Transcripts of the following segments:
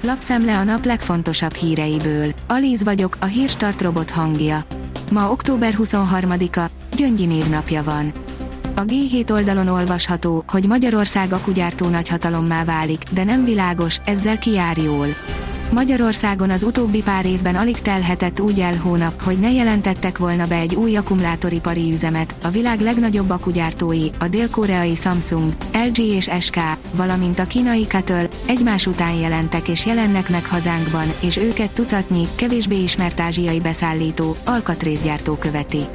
Lapszemle a nap legfontosabb híreiből. Alíz vagyok, a Hírstart robot hangja. Ma október 23-a, Gyöngyi névnapja van. A G7 oldalon olvasható, hogy Magyarország akugyártó nagyhatalommá válik, de nem világos, ezzel ki jár jól. Magyarországon az utóbbi pár évben alig telhetett úgy el hónap, hogy ne jelentettek volna be egy új akkumulátoripari üzemet. A világ legnagyobb akugyártói, a dél-koreai Samsung, LG és SK, valamint a kínai CATL egymás után jelentek és jelennek meg hazánkban, és őket tucatnyi, kevésbé ismert ázsiai beszállító, alkatrészgyártó követi.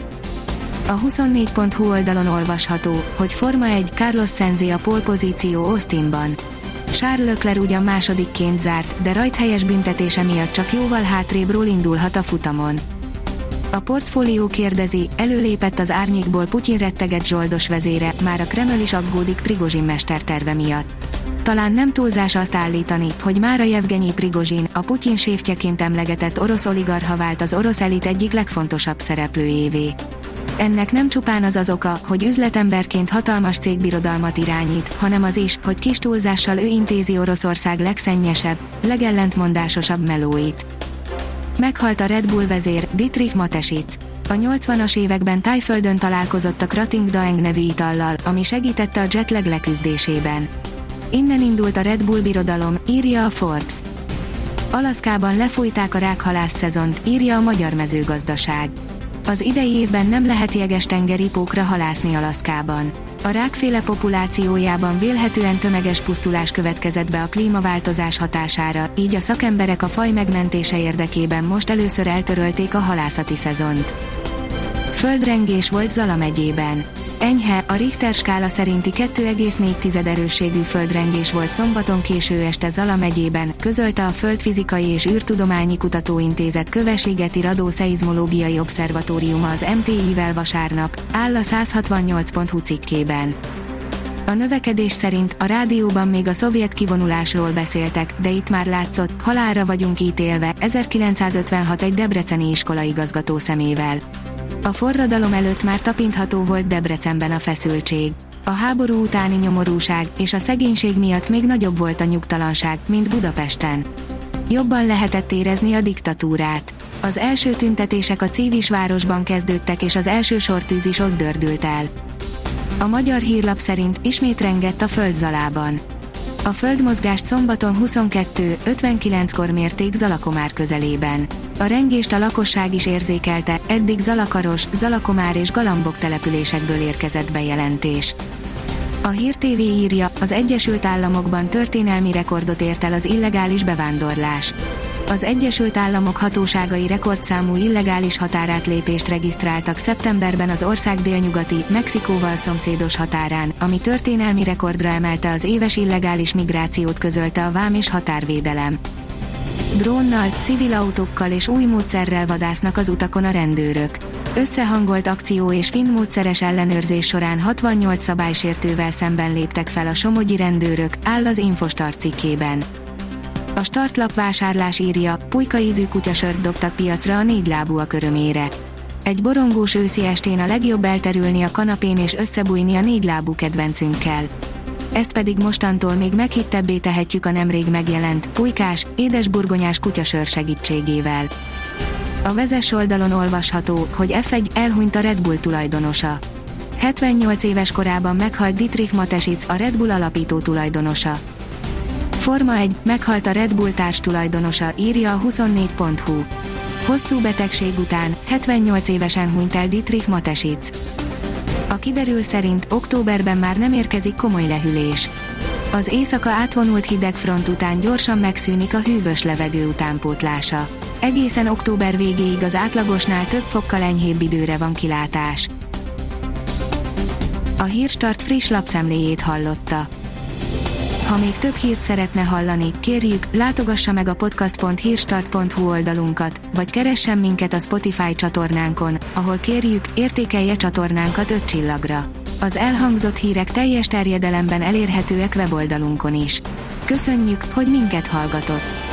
A 24.hu oldalon olvasható, hogy Forma 1 Carlos Sainz a pole pozíció Austinban. Charles Leclerc ugyan másodikként zárt, de rajthelyes büntetése miatt csak jóval hátrébről indulhat a futamon. A Portfólió kérdezi, előlépett az árnyékból Putyin retteget zsoldos vezére, már a Kreml is aggódik Prigozsin mesterterve miatt. Talán nem túlzás azt állítani, hogy mára Jevgenyi Prigozsin, a Putyin séfjeként emlegetett orosz oligarcha vált az orosz elit egyik legfontosabb szereplőjévé. Ennek nem csupán az oka, hogy üzletemberként hatalmas cégbirodalmat irányít, hanem az is, hogy kis túlzással ő intézi Oroszország legszennyesebb, legellentmondásosabb melóit. Meghalt a Red Bull vezér, Dietrich Mateschitz. A 80-as években Tájföldön találkozott a Krating Daeng nevű itallal, ami segítette a jetlag leküzdésében. Innen indult a Red Bull birodalom, írja a Forbes. Alaszkában lefújták a rákhalász szezont, írja a Magyar Mezőgazdaság. Az idei évben nem lehet jeges-tengeri pókra halászni Alaszkában. A rákféle populációjában vélhetően tömeges pusztulás következett be a klímaváltozás hatására, így a szakemberek a faj megmentése érdekében most először eltörölték a halászati szezont. Földrengés volt Zala megyében. Enyhe, a Richter skála szerinti 2,4 erősségű földrengés volt szombaton késő este Zala megyében, közölte a Földfizikai és űrtudományi kutatóintézet Kövesligeti Radó-szeizmológiai obszervatóriuma az MTI-vel vasárnap, áll a 168.hu cikkében. A növekedés szerint a rádióban még a szovjet kivonulásról beszéltek, de itt már látszott, halálra vagyunk ítélve, 1956 egy debreceni iskolaigazgató szemével. A forradalom előtt már tapintható volt Debrecenben a feszültség. A háború utáni nyomorúság és a szegénység miatt még nagyobb volt a nyugtalanság, mint Budapesten. Jobban lehetett érezni a diktatúrát. Az első tüntetések a Civisvárosban kezdődtek és az első sortűz is ott dördült el. A Magyar Hírlap szerint ismét rengett a föld Zalában. A földmozgást szombaton 22:59-kor mérték Zalakomár közelében. A rengést a lakosság is érzékelte, eddig Zalakaros, Zalakomár és Galambok településekből érkezett bejelentés. A Hír TV írja, az Egyesült Államokban történelmi rekordot ért el az illegális bevándorlás. Az Egyesült Államok hatóságai rekordszámú illegális határátlépést regisztráltak szeptemberben az ország délnyugati, Mexikóval szomszédos határán, ami történelmi rekordra emelte az éves illegális migrációt, közölte a Vám és Határvédelem. Drónnal, civil autókkal és új módszerrel vadásznak az utakon a rendőrök. Összehangolt akció és finn módszeres ellenőrzés során 68 szabálysértővel szemben léptek fel a somogyi rendőrök, áll az Infostart cikkében. A startlap vásárlás írja, pulyka ízű kutyasört dobtak piacra a négylábúak örömére. Egy borongós őszi estén a legjobb elterülni a kanapén és összebújni a négylábú kedvencünkkel. Ezt pedig mostantól még meghittebbé tehetjük a nemrég megjelent, pulykás, édesburgonyás kutyasör segítségével. A Vezess oldalon olvasható, hogy F1 elhunyt a Red Bull tulajdonosa. 78 éves korában meghalt Dietrich Mateschitz, a Red Bull alapító tulajdonosa. Forma 1, meghalt a Red Bull társtulajdonosa, írja a 24.hu. Hosszú betegség után, 78 évesen hunyt el Dietrich Mateschitz. A kiderül szerint októberben már nem érkezik komoly lehűlés. Az éjszaka átvonult hideg front után gyorsan megszűnik a hűvös levegő utánpótlása. Egészen október végéig az átlagosnál több fokkal enyhébb időre van kilátás. A Hírstart friss lapszemléjét hallotta. Ha még több hírt szeretne hallani, kérjük, látogassa meg a podcast.hírstart.hu oldalunkat, vagy keressen minket a Spotify csatornánkon, ahol kérjük, értékelje csatornánkat 5 csillagra. Az elhangzott hírek teljes terjedelemben elérhetőek weboldalunkon is. Köszönjük, hogy minket hallgatott!